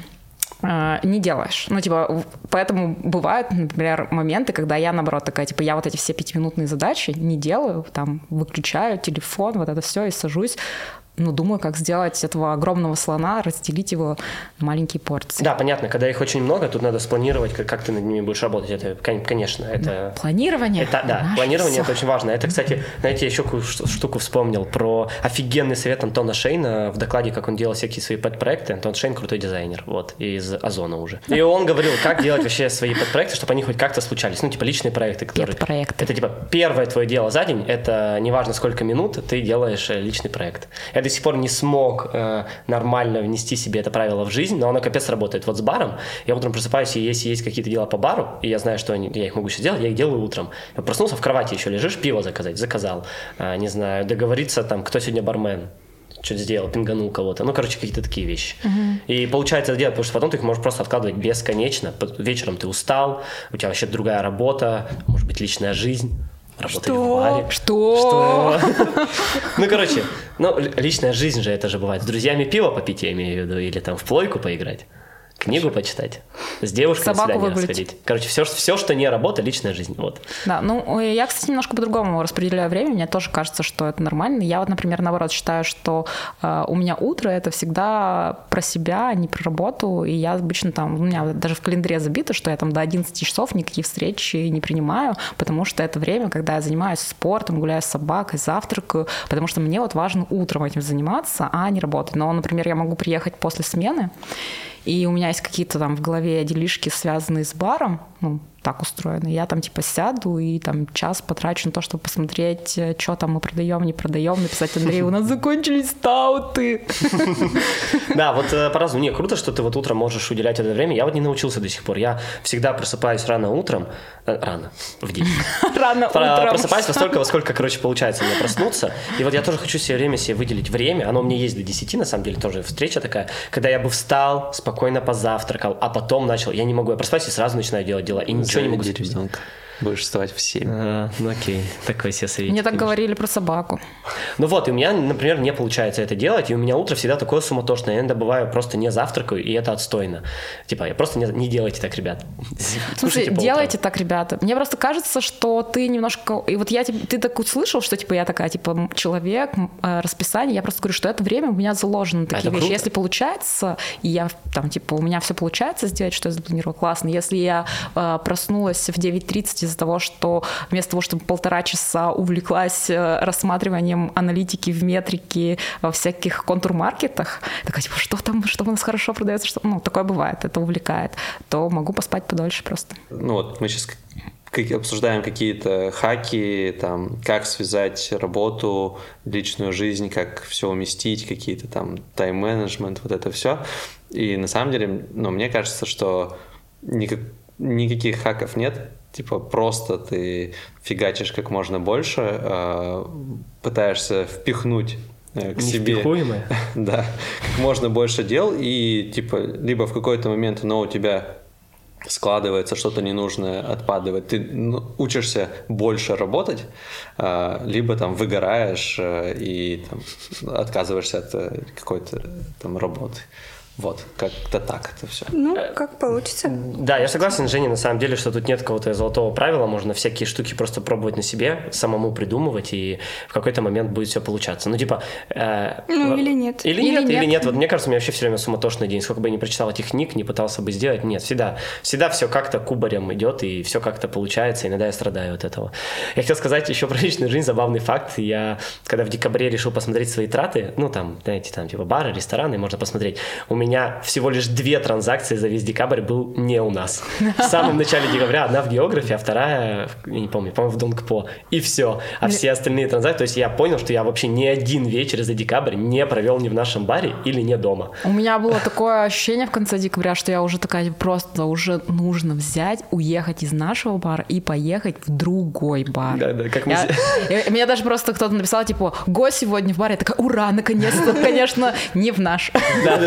Не делаешь. Ну, типа, поэтому бывают, например, моменты, когда я, наоборот, такая, типа, я вот эти все пятиминутные задачи не делаю, там, выключаю телефон, вот это все, и сажусь ну, думаю, как сделать этого огромного слона, разделить его на маленькие порции. Да, понятно, когда их очень много, тут надо спланировать, как, как ты над ними будешь работать. Это, конечно, это... Планирование. Это, да, планирование — это очень важно. Это, кстати, знаете, я еще какую штуку вспомнил про офигенный совет Антона Шейна в докладе, как он делал всякие свои пэт-проекты. Антон Шейн крутой дизайнер, вот, из Озона уже. И он говорил, как делать вообще свои пэт-проекты, чтобы они хоть как-то случались. Ну, типа личные проекты, которые... Пэт-проекты. Это, типа, первое твое дело за день, это неважно сколько минут, ты делаешь личный проект. Я до сих пор не смог э, нормально внести себе это правило в жизнь, но оно капец работает. Вот с баром, я утром просыпаюсь, и если есть какие-то дела по бару, и я знаю, что они, я их могу сейчас делать, я их делаю утром. Я проснулся, в кровати еще лежишь, пиво заказать, заказал. А, не знаю, договориться, там, кто сегодня бармен, что-то сделал, пинганул кого-то. Ну, короче, какие-то такие вещи. Uh-huh. И получается это делать, потому что потом ты их можешь просто откладывать бесконечно. Вечером ты устал, у тебя вообще другая работа, может быть, личная жизнь. Работать Что? в баре. Что? Что? Ну, короче, ну, личная жизнь же, это же бывает. С друзьями пиво попить, я имею в виду, или там в плойку поиграть. Книгу почитать, с девушкой на свидание выгулить. расходить. Короче, все, все, что не работа, личная жизнь. Вот. Да, ну, я, кстати, немножко по-другому распределяю время. Мне тоже кажется, что это нормально. Я вот, например, наоборот, считаю, что э, у меня утро — это всегда про себя, а не про работу. И я обычно там, у меня даже в календаре забито, что я там до одиннадцати часов никаких встреч не принимаю, потому что это время, когда я занимаюсь спортом, гуляю с собакой, завтракаю, потому что мне вот важно утром этим заниматься, а не работать. Но, например, я могу приехать после смены, и у меня есть какие-то там в голове делишки, связанные с баром, ну, так устроено. Я там типа сяду и там час потрачу на то, чтобы посмотреть, что там мы продаем, не продаем, написать Андрею: у нас закончились стауты. Да, вот по-разному. Не, круто, что ты вот утром можешь уделять это время. Я вот не научился до сих пор. Я всегда просыпаюсь рано утром. Рано, в день. Рано утром. Просыпаюсь во столько, во сколько, короче, получается мне проснуться. И вот я тоже хочу себе время себе выделить время. Оно у меня есть до десяти, на самом деле, тоже встреча такая. Когда я бы встал, спокойно позавтракал, а потом начал. Я не могу, я просыпаюсь и сразу начинаю делать дела. И ничего не могу Заведи ребенка. Будешь вставать в семь. А, ну окей, такой себе советик. Мне так конечно. говорили про собаку. Ну вот, и у меня, например, не получается это делать, и у меня утро всегда такое суматошное. Я иногда бываю просто не завтракаю, и это отстойно. Типа, я просто не, не делайте так, ребят. Слушай, делайте так, ребята. Мне просто кажется, что ты немножко... И вот я, ты так услышал, что типа я такая, типа, человек, расписание. Я просто говорю, что это время у меня заложено такие это вещи. круто. Если получается, и я там, типа, у меня все получается сделать, что я запланировала, классно. Если я э, проснулась в девять тридцать из-за того, что вместо того, чтобы полтора часа увлеклась рассматриванием аналитики в метрике во всяких контур-маркетах, такая, типа, что там, что у нас хорошо продается, что... Ну, такое бывает, это увлекает, то могу поспать подольше просто. Ну вот мы сейчас обсуждаем какие-то хаки, там, как связать работу, личную жизнь, как все уместить, какие-то там тайм-менеджмент, вот это все. И на самом деле, ну, мне кажется, что никак, никаких хаков нет. Типа просто ты фигачишь как можно больше, э, пытаешься впихнуть э, к себе, Невпихуемое. да, как можно больше дел, и типа либо в какой-то момент оно у тебя складывается, что-то ненужное отпадывает, ты ну, учишься больше работать, э, либо там выгораешь э, и там, отказываешься от э, какой-то там работы. Вот, как-то так это все. Ну, как получится. Да, я согласен с Женей, на самом деле, что тут нет какого-то золотого правила, можно всякие штуки просто пробовать на себе, самому придумывать, и в какой-то момент будет все получаться. Ну, типа... Э, Ну, в... или нет. Или, Или нет, нет. или нет. Вот мне кажется, у меня вообще все время суматошный день. Сколько бы я ни прочитал этих книг, не пытался бы сделать, нет, всегда. Всегда все как-то кубарем идет, и все как-то получается, иногда я страдаю от этого. Я хотел сказать еще про личную жизнь, забавный факт. Я, когда в декабре решил посмотреть свои траты, ну, там, знаете, там, типа, бары, рестораны, можно посмотреть, у меня всего лишь две транзакции за весь декабрь был не у нас. В самом начале декабря одна в географии, а вторая, я не помню, по-моему, в Донгпо. И все. А все остальные транзакции, то есть я понял, что я вообще ни один вечер за декабрь не провел ни в нашем баре или не дома. У меня было такое ощущение в конце декабря, что я уже такая, просто уже нужно взять, уехать из нашего бара и поехать в другой бар. Да, да, как мы... Я, я, меня даже просто кто-то написал, типа, го сегодня в баре. Я такая, ура, наконец-то, конечно, не в наш. Да-да-да,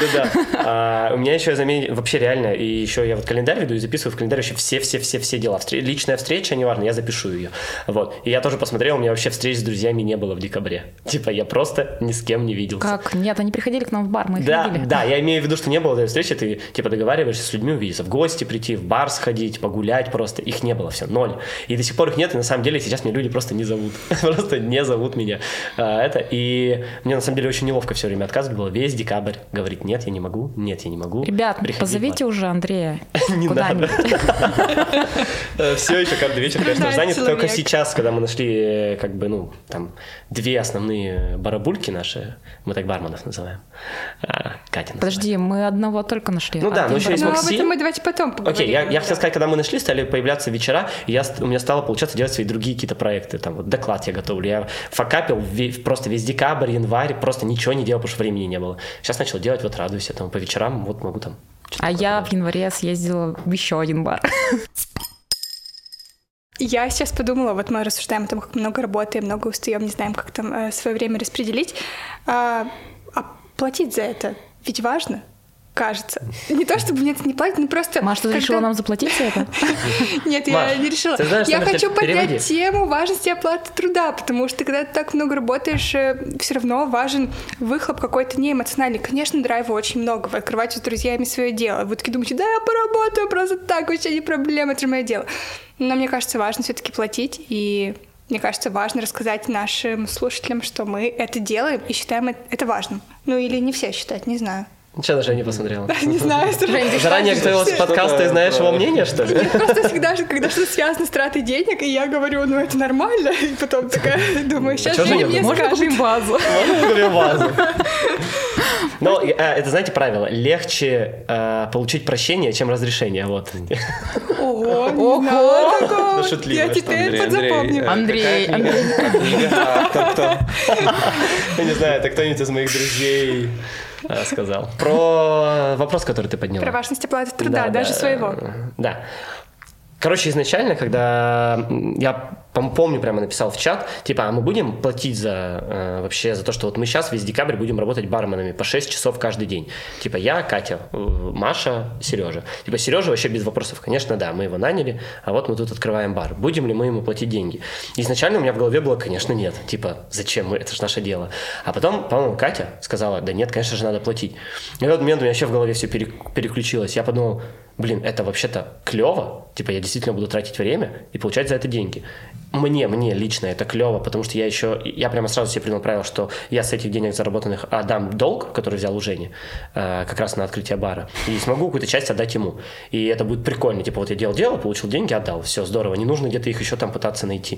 Да-да-да. У меня еще, я заметил, вообще реально, и еще я вот календарь веду и записываю в календарь еще все-все-все-все дела. Личная встреча, неважно, я запишу ее. Вот. И я тоже посмотрел, у меня вообще встреч с друзьями не было в декабре. Типа я просто ни с кем не виделся. Как? Нет, они приходили к нам в бар, мы их да, видели. Да, я имею в виду, что не было этой встречи, ты типа договариваешься с людьми увидеться, в гости прийти, в бар сходить, погулять просто. Их не было, все, ноль. И до сих пор их нет, и на самом деле сейчас мне люди просто не зовут. Просто не зовут меня. А, это, и мне на самом деле очень неловко все время отказывать было. Весь декабрь говорить, нет, я не могу, нет, я не могу. Ребят, позовите уже Андрея куда-нибудь. Все еще каждый вечер, конечно, занят. Только сейчас, когда мы нашли, как бы, ну, там, две основные барабульки наши, мы так барменов называем. Катя называет. Подожди, мы одного только нашли. Ну да, но еще есть Ну, об Максим. этом мы давайте потом поговорим. Окей, я, я хотел сказать, когда мы нашли, стали появляться вечера, и я, у меня стало получаться делать свои другие какие-то проекты. Там вот доклад я готовлю. Я факапил весь, просто весь декабрь, январь, просто ничего не делал, потому что времени не было. Сейчас начал делать, вот радуюсь этому. По вечерам вот могу там... А я в январе съездила в еще один бар. Я сейчас подумала, вот мы рассуждаем о том, как много работаем, много устаем, не знаем, как там э, свое время распределить. А, а платить за это ведь важно, кажется. Не то, чтобы мне это не платят, но просто... Маш, ты когда... решила нам заплатить за это? Нет, я Маш, не решила. ты знаешь, Я что хочу это поднять переводи. тему важности оплаты труда, потому что когда ты так много работаешь, все равно важен выхлоп какой-то неэмоциональный. Конечно, драйва очень много. Вы открываете с друзьями свое дело. Вы такие думаете, да, я поработаю просто так, вообще не проблема, это же мое дело. Но мне кажется, важно все-таки платить, и мне кажется, важно рассказать нашим слушателям, что мы это делаем и считаем это важным. Ну или не все считают, не знаю. Что даже не посмотрела? Не знаю, Заранее готовилась к подкасту, ты знаешь его мнение, что ли? Нет, просто всегда же, когда что-то связано с тратой денег, и я говорю, ну это нормально, и потом такая думаю, сейчас чё же Женя нет? мне Можно скажет. купим базу? Можно купим вазу? Но это, знаете, правило. Легче э, получить прощение, чем разрешение. Вот. Ого, не знала такого. Ну, шутливо, Я что, теперь Андрей, подзапомню. Андрей, какая книга? А, книга? А, кто, кто? Я не знаю, это кто-нибудь из моих друзей э, сказал. Про вопрос, который ты подняла. Про важность оплаты труда, даже своего. Да. Короче, изначально, когда я помню, прямо написал в чат, типа, а мы будем платить за э, вообще за то, что вот мы сейчас весь декабрь будем работать барменами по шесть часов каждый день. Типа я, Катя, Маша, Сережа. Типа Сережа вообще без вопросов. Конечно, да, мы его наняли, а вот мы тут открываем бар. Будем ли мы ему платить деньги? Изначально у меня в голове было, конечно, нет. Типа, зачем мы? Это же наше дело. А потом, по-моему, Катя сказала, да нет, конечно же, надо платить. И в этот момент у меня вообще в голове все переключилось. Я подумал, блин, это вообще-то клево. Типа я действительно буду тратить время и получать за это деньги. Мне, мне лично это клево, потому что я еще, я прямо сразу себе принял правило, что я с этих денег заработанных отдам долг, который взял у Жени, э, как раз на открытие бара, и смогу какую-то часть отдать ему. И это будет прикольно. Типа вот я делал дело, получил деньги, отдал. Все, здорово. Не нужно где-то их еще там пытаться найти.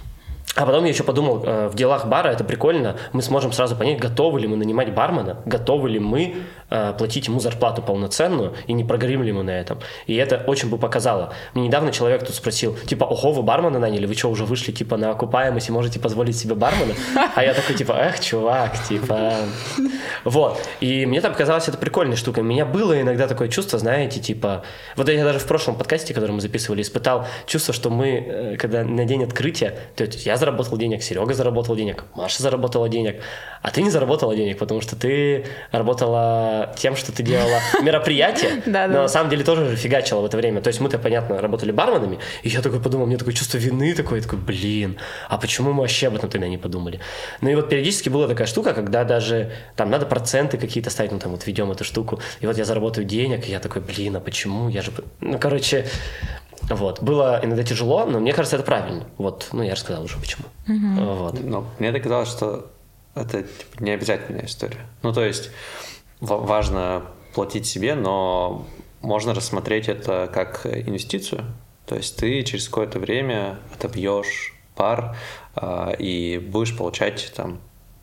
А потом я еще подумал, э, в делах бара это прикольно, мы сможем сразу понять, готовы ли мы нанимать бармена, готовы ли мы э, платить ему зарплату полноценную и не прогорим ли мы на этом. И это очень бы показало. Мне недавно человек тут спросил, типа, ого, вы бармена наняли, вы что, уже вышли типа на окупаемость и можете позволить себе бармена? А я такой, типа, эх, чувак, типа... Вот. И мне там показалось это прикольной штукой. У меня было иногда такое чувство, знаете, типа... Вот я даже в прошлом подкасте, который мы записывали, испытал чувство, что мы, когда на день открытия, то есть я заработал денег, Серега заработал денег, Маша заработала денег, а ты не заработала денег, потому что ты работала тем, что ты делала мероприятие, но на самом деле тоже фигачила в это время. То есть мы-то, понятно, работали барменами, и я такой подумал, мне такое чувство вины такое, такой, блин, а почему мы вообще об этом тогда не подумали? Ну и вот периодически была такая штука, когда даже там надо проценты какие-то ставить, ну там вот ведем эту штуку, и вот я заработаю денег, и я такой, блин, а почему? Я же... Ну, короче... Вот. Было иногда тяжело, но мне кажется, это правильно. Вот. Ну, я же сказал уже, почему. Угу. Вот. Но мне так казалось, что это типа, не обязательная история. Ну, то есть важно платить себе, но можно рассмотреть это как инвестицию. То есть ты через какое-то время отобьешь пар э, и будешь получать там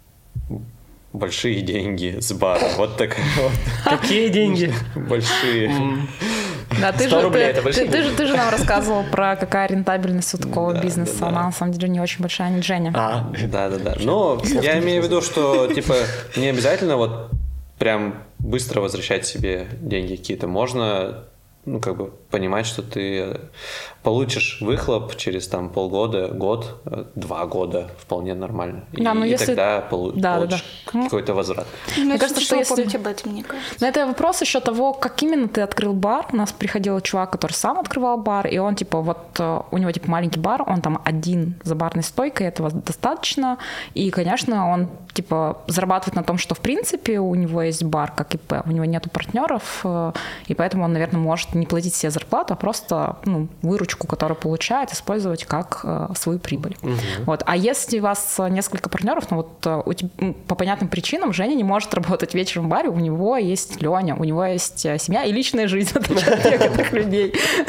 большие деньги с бара. Вот такая вот. Какие деньги? Большие. Да, ты сто же, рублей, ты, это большие ты, ты, же, ты же нам рассказывал про какая рентабельность у такого Да, бизнеса. да, да. Она на самом деле не очень большая, не Женя. А, Да-да-да. Но я имею в виду, что типа не обязательно вот прям быстро возвращать себе деньги какие-то. Можно ну, как бы понимать, что ты получишь выхлоп через там полгода, год, два года вполне нормально. Да, и, ну, и если... тогда полу- да, получишь да, да. какой-то возврат. Мне кажется, что если... помнить об этом, мне кажется. Но это вопрос еще того, как именно ты открыл бар. У нас приходил чувак, который сам открывал бар, и он, типа, вот у него, типа, маленький бар, он там один за барной стойкой, этого достаточно. И, конечно, он, типа, зарабатывает на том, что, в принципе, у него есть бар, как ИП, у него нету партнеров, и поэтому он, наверное, может не платить себе зарплату, а просто, ну, выручку, которую получает, использовать как э, свою прибыль. Угу. Вот. А если у вас несколько партнеров, ну вот у тебя, по понятным причинам Женя не может работать вечером в баре, у него есть Леня, у него есть семья и личная жизнь, в отличие от некоторых людей.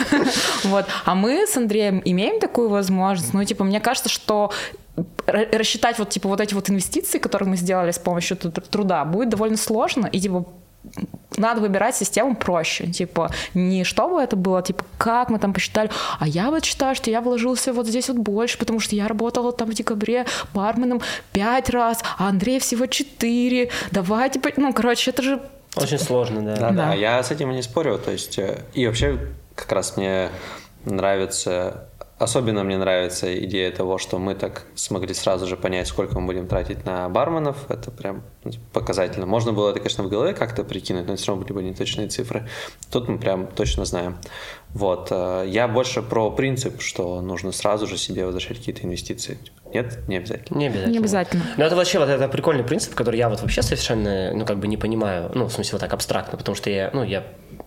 Вот. А мы с Андреем имеем такую возможность. Ну, типа, мне кажется, что рассчитать вот, типа, вот эти вот инвестиции, которые мы сделали с помощью труда, будет довольно сложно, и, типа, надо выбирать систему проще, типа, не чтобы это было, типа, как мы там посчитали, а я вот считаю, что я вложился вот здесь вот больше, потому что я работала там в декабре барменом пять раз, а Андрей всего четыре, давай, типа, ну, короче, это же... Очень сложно, да. Да, да, я с этим и не спорю, то есть, и вообще, как раз мне нравится... Особенно мне нравится идея того, что мы так смогли сразу же понять, сколько мы будем тратить на барменов. Это прям показательно. Можно было это, конечно, в голове как-то прикинуть, но все равно были бы неточные цифры. Тут мы прям точно знаем. Вот. Я больше про принцип, что нужно сразу же себе возвращать какие-то инвестиции. Нет? Не обязательно. Не обязательно. Не обязательно. Но это вообще вот это прикольный принцип, который я вот вообще совершенно, ну, как бы не понимаю. Ну, в смысле, вот так абстрактно, потому что я, ну, я...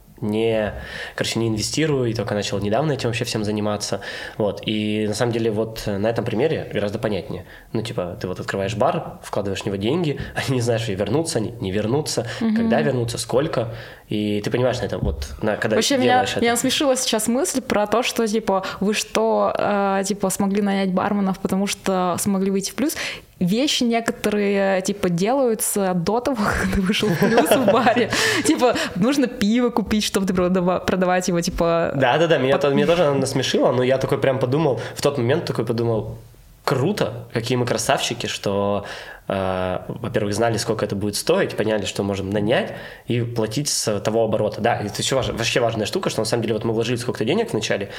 не, короче, не инвестирую, и только начал недавно этим вообще всем заниматься, вот, и на самом деле вот на этом примере гораздо понятнее, ну, типа, ты вот открываешь бар, вкладываешь в него деньги, а не знаешь, вернуться, не, не вернуться, угу. когда вернуться, сколько, и ты понимаешь на этом, вот, на, когда вообще делаешь меня, это. Меня насмешила сейчас мысль про то, что, типа, вы что, э, типа, смогли нанять барменов, потому что смогли выйти в плюс. Вещи некоторые, типа, делаются до того, как ты вышел в плюс в баре. Типа, нужно пиво купить, чтобы ты продавать его, типа... Да-да-да, меня, под... меня тоже она насмешила, но я такой прям подумал, в тот момент такой подумал, круто, какие мы красавчики, что, э, во-первых, знали, сколько это будет стоить, поняли, что можем нанять и платить с того оборота. Да, это еще важ... вообще важная штука, что на самом деле вот мы вложили сколько-то денег вначале,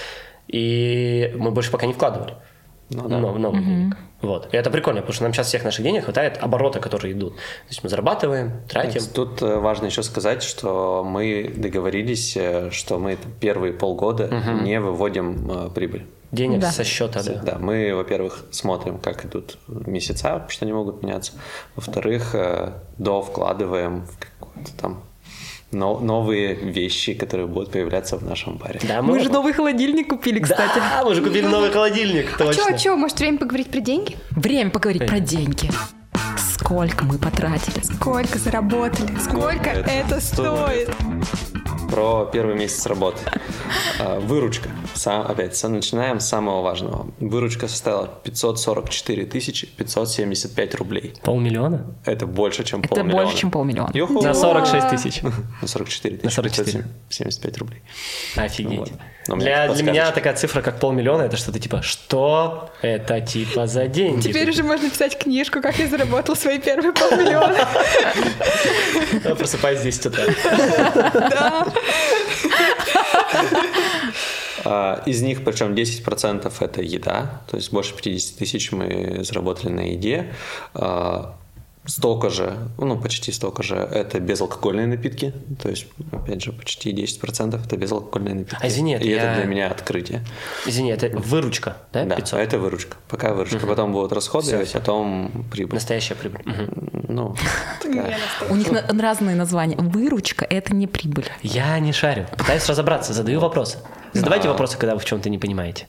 и мы больше пока не вкладывали. Ну, да. Но, много mm-hmm. денег. Вот. И это прикольно, потому что нам сейчас всех наших денег хватает оборота, которые идут. То есть мы зарабатываем, тратим. Тут важно еще сказать, что мы договорились, что мы первые полгода mm-hmm. не выводим э, прибыль. Денег да. со счета, да. Да, мы, во-первых, смотрим, как идут месяца, потому что они могут меняться. Во-вторых, э, довкладываем в какую-то там Но, новые вещи, которые будут появляться в нашем баре. Да, мы, мы же новый холодильник купили, кстати. Да, мы же купили новый холодильник, точно. А чё, чё, может, время поговорить про деньги? Время поговорить время. про деньги. Сколько мы потратили? Сколько заработали? Сколько это, это стоит? Про первый месяц работы. Выручка. Сам, опять, начинаем с самого важного. Выручка составила пятьсот сорок четыре тысячи пятьсот семьдесят пять рублей. Полмиллиона? Это больше, чем Это полмиллиона. Это больше, чем полмиллиона. Юху. На сорок шесть тысяч. На сорок четыре тысячи пятьсот семьдесят пять рублей. Офигеть. Вот. Для, для меня такая цифра, как полмиллиона, это что-то типа, что это типа за деньги? Теперь уже можно писать книжку, как я заработал свои первые полмиллиона. Я просыпаюсь в десять утра. Да. Из них, причем десять процентов это еда, то есть больше пятьдесят тысяч мы заработали на еде. Столько же, ну почти столько же, это безалкогольные напитки, то есть, опять же, почти десять процентов это безалкогольные напитки. А извини, это И я... это для меня открытие. Извини, это выручка, да? Да, пятьсот? Это выручка, пока выручка, угу. Потом будут расходы, все, все. Потом прибыль. Настоящая прибыль. Угу. Ну, такая. У них разные названия. Выручка – это не прибыль. Я не шарю, пытаюсь разобраться, задаю вопросы. Задавайте а... вопросы, когда вы в чем-то не понимаете.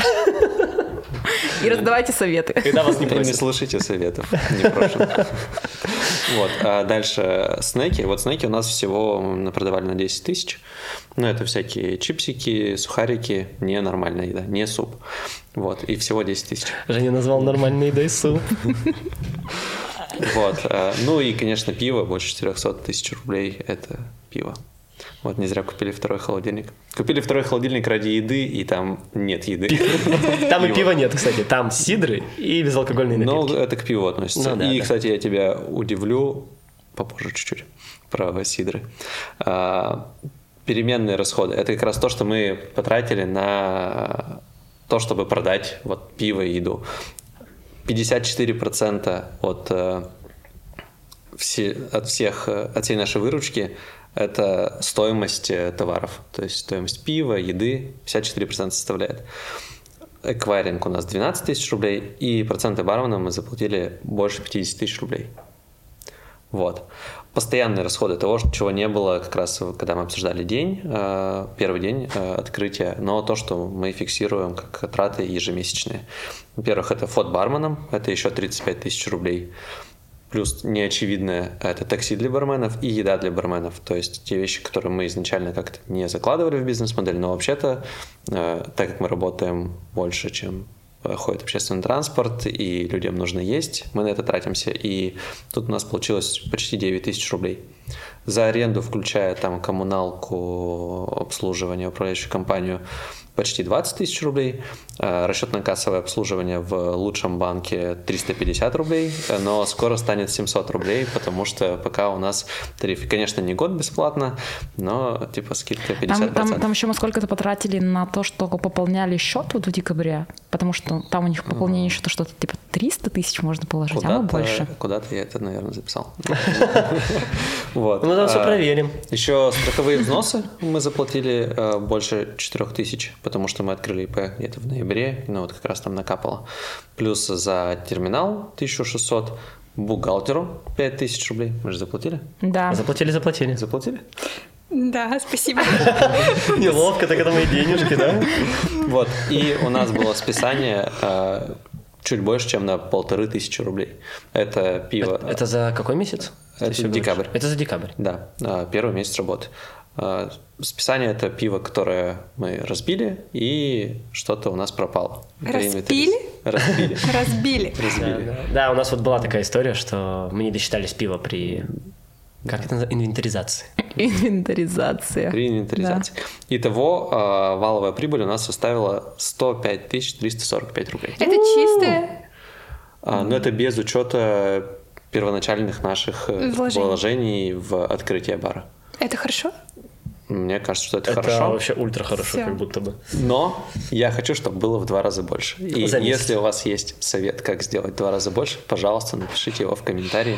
И раздавайте советы. Когда вас не просят. Не слушайте советов, не прошу. Вот, а дальше снеки. Вот снеки у нас всего мы продавали на десять тысяч. Ну, это всякие чипсики, сухарики, не нормальная еда, не суп. Вот, и всего десять тысяч. Женя назвал нормальной едой суп. Вот, ну и, конечно, пиво, больше четыреста тысяч рублей, это пиво. Вот, не зря купили второй холодильник. Купили второй холодильник ради еды, и там нет еды. Там и пива нет, кстати. Там сидры и безалкогольные напитки. Ну, это к пиву относится. И, кстати, я тебя удивлю попозже чуть-чуть про сидры. переменные расходы. Это как раз то, что мы потратили на то, чтобы продать вот пиво и еду. пятьдесят четыре процента от, все, от, всех, от всей нашей выручки – это стоимость товаров. То есть стоимость пива, еды пятьдесят четыре процента составляет. Эквайринг у нас двенадцать тысяч рублей, и проценты барменам мы заплатили больше пятьдесят тысяч рублей. Вот. Постоянные расходы того, чего не было как раз, когда мы обсуждали день, первый день открытия, но то, что мы фиксируем как траты ежемесячные. Во-первых, это фот барменам, это еще тридцать пять тысяч рублей. Плюс неочевидное – это такси для барменов и еда для барменов. То есть те вещи, которые мы изначально как-то не закладывали в бизнес-модель, но вообще-то, так как мы работаем больше, чем ходит общественный транспорт, и людям нужно есть, мы на это тратимся, и тут у нас получилось почти девять тысяч рублей. За аренду, включая там коммуналку, обслуживание, управляющую компанию, почти двадцать тысяч рублей. Расчетно-кассовое обслуживание в лучшем банке триста пятьдесят рублей, но скоро станет семьсот рублей, потому что пока у нас тариф, конечно, не год бесплатно, но типа скидка пятьдесят процентов. Там, там, там еще мы сколько-то потратили на то, что пополняли счет вот в декабре, потому что там у них пополнение mm. счета что-то типа триста тысяч можно положить, куда-то, а мы больше. Куда-то я это, наверное, записал. Вот. Мы там все проверим. Еще страховые взносы мы заплатили больше четырех тысяч, потому что мы открыли ИП где-то в ноябре, ну вот как раз там накапало. Плюс за терминал тысяча шестьсот, бухгалтеру пять тысяч рублей. Мы же заплатили? Да. Заплатили, заплатили. Заплатили? Да, спасибо. Неловко, так это мои денежки, да? Вот, и у нас было списание чуть больше, чем на полторы тысячи рублей. Это пиво... Это, это за какой месяц? Это декабрь. Это за декабрь? Да, первый месяц работы. Списание – это пиво, которое мы разбили, и что-то у нас пропало. Разбили? Разбили. Разбили. Разбили. Да, да. Да, у нас вот была такая история, что мы не досчитались пива при... Как это называется? Инвентаризации. Инвентаризация. При инвентаризации. Да. Итого э, валовая прибыль у нас составила сто пять тысяч триста сорок пять рублей. Это чистое? А, но это без учета первоначальных наших вложений, вложений в открытие бара. Это хорошо? Мне кажется, что это, это хорошо. Это вообще ультра хорошо, Всё. Как будто бы. Но я хочу, чтобы было в два раза больше. И За если у вас есть совет, как сделать в два раза больше, пожалуйста, напишите его в комментарии.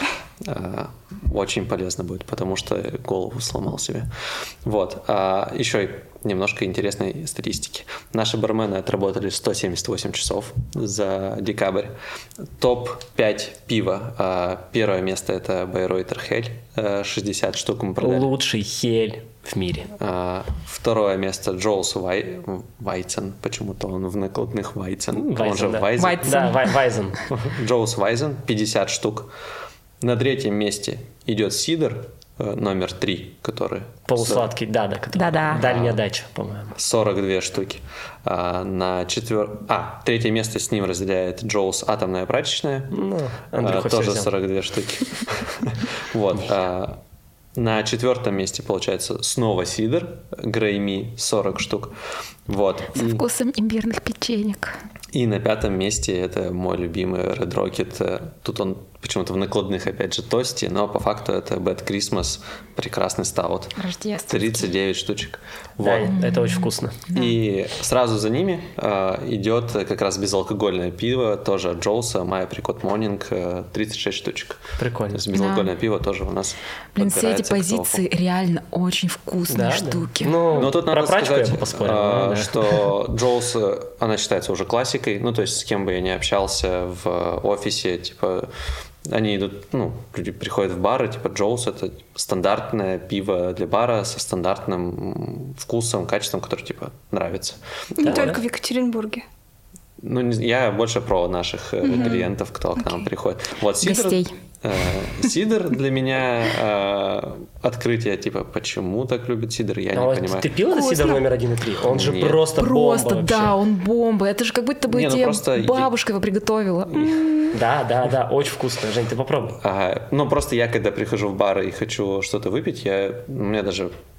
Очень полезно будет, потому что голову сломал себе. Вот. А еще немножко интересной статистики. Наши бармены отработали сто семьдесят восемь часов за декабрь. топ пять пива. Первое место – это Байреутер Хель. шестьдесят штук мы продали. Лучший хель в мире. Второе место Джоулс Вай... Вайцен. Почему-то он в накладных Вайцен. Вайзен, он же да. Вайзен. Вайцен. Да, Вай, Вайзен. Джоулс Вайзен, пятьдесят штук. На третьем месте идет сидр, номер три, который... Полусладкий, да, да. Который... Да-да. Дальняя дача, по-моему. сорок две штуки. А, на четвер... а, третье место с ним разделяет Джоулс Атомная прачечная. Ну, а, тоже сорок две штуки. Вот. На четвертом месте, получается, снова сидр, Грейми, сорок штук. Вот. Со вкусом имбирных печенек. И на пятом месте это мой любимый Red Rocket. Тут он почему-то в накладных, опять же, тосте, но по факту это Bad Christmas, прекрасный стаут. Рождественский. тридцать девять штучек. Да, вот. это очень вкусно. И сразу за ними э, идет как раз безалкогольное пиво, тоже от Джоулса, My Apricot Morning, э, тридцать шесть штучек. Прикольно. То есть безалкогольное да. пиво тоже у нас Блин, все эти позиции реально очень вкусные да, штуки. Да. Ну, но тут про надо прачку сказать, я бы поспорил, э, да. что Джоулс, она считается уже классикой, ну то есть с кем бы я ни общался в офисе, типа... Они идут, ну, люди приходят в бары, типа Джоулс — это стандартное пиво для бара со стандартным вкусом, качеством, который, типа, нравится. Не да, только да? в Екатеринбурге. Ну, я больше про наших mm-hmm. клиентов, кто okay. к нам приходит. Вот сидр, Гостей. Э, сидр для меня э, открытие, типа, почему так любят сидр, я а не понимаю. Ты пил этот сидр номер один и три? Он же Нет. просто бомба Просто, вообще. да, он бомба. Это же как будто бы Не, ну тебе просто бабушка его приготовила. Да, да, да, очень вкусно. Жень, ты попробуй. А, ну, просто я, когда прихожу в бар и хочу что-то выпить, я, у меня даже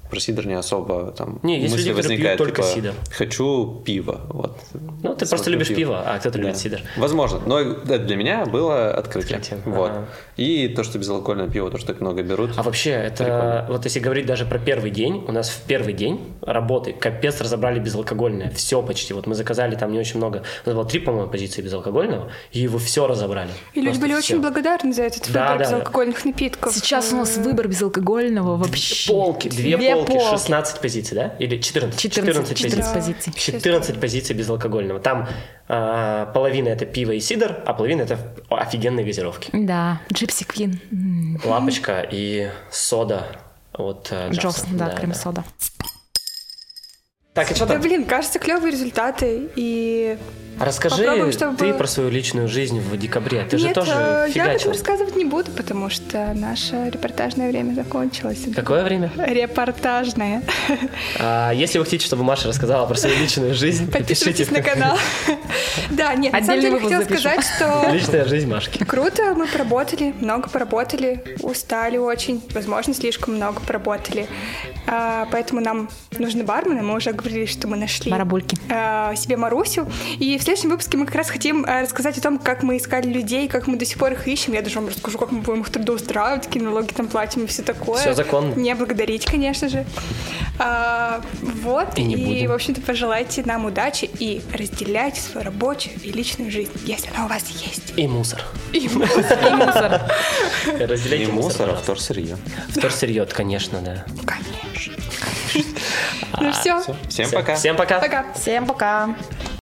про сидр не особо там не, есть мысли люди, возникают, пьют только типа, сидр. Хочу пиво. Вот. Ну, ты Смотрю просто любишь пиво, пиво, а кто-то да. любит сидр. Возможно, но это для меня было открытие. Открытие. Вот. Ага. И то, что безалкогольное пиво, то, что так много берут. А вообще, это, прикольно. вот если говорить даже про первый день, у нас в первый день работы капец разобрали безалкогольное, все почти. Вот мы заказали там не очень много, у нас было три, по-моему, позиции безалкогольного, и его все разобрали. И люди Просто были всё. очень благодарны за этот Да, выбор да, безалкогольных напитков. Сейчас у нас выбор безалкогольного вообще. Полки, две, Две полки, полки. шестнадцать позиций, да? Или четырнадцать? четырнадцать, четырнадцать позиций. позиций. четырнадцать позиций безалкогольного. Там а, половина это пиво и сидр, а половина это офигенные газировки. Да, Gypsy Queen. М. Лапочка и сода от uh, Джос, да, крем-сода. Так, и что Да, там? блин, кажется, клевые результаты. И Расскажи попробуем, чтобы- ты про свою личную жизнь в декабре. Ты нет, же тоже э, я об этом фигачил. рассказывать не буду, потому что наше репортажное время закончилось. Какое время? Репортажное. А, если вы хотите, чтобы Маша рассказала про свою личную жизнь, Подписывайтесь пишите. на канал. Да, нет, на самом Отдельный деле выпуск хотела запишем. сказать, что Личная жизнь Машки. круто, мы поработали, много поработали, устали очень, возможно, слишком много поработали. А, Поэтому нам нужны бармены, мы уже говорили, что мы нашли Барабульки. а, себе Марусю. И в следующем выпуске мы как раз хотим а, рассказать о том, как мы искали людей, как мы до сих пор их ищем. Я даже вам расскажу, как мы будем их трудоустраивать, какие налоги там платим и все такое. Всё законно. Не благодарить, конечно же. А, Вот. И не будем. в общем-то, пожелайте нам удачи и разделяйте свою рабочую и личную жизнь, если она у вас есть. И мусор. И мусор. Разделяйте Не мусор, а пожалуйста. вторсырье. Вторсырье, конечно, да. Конечно. Ну все. Всем пока. Всем пока. Пока. Всем пока.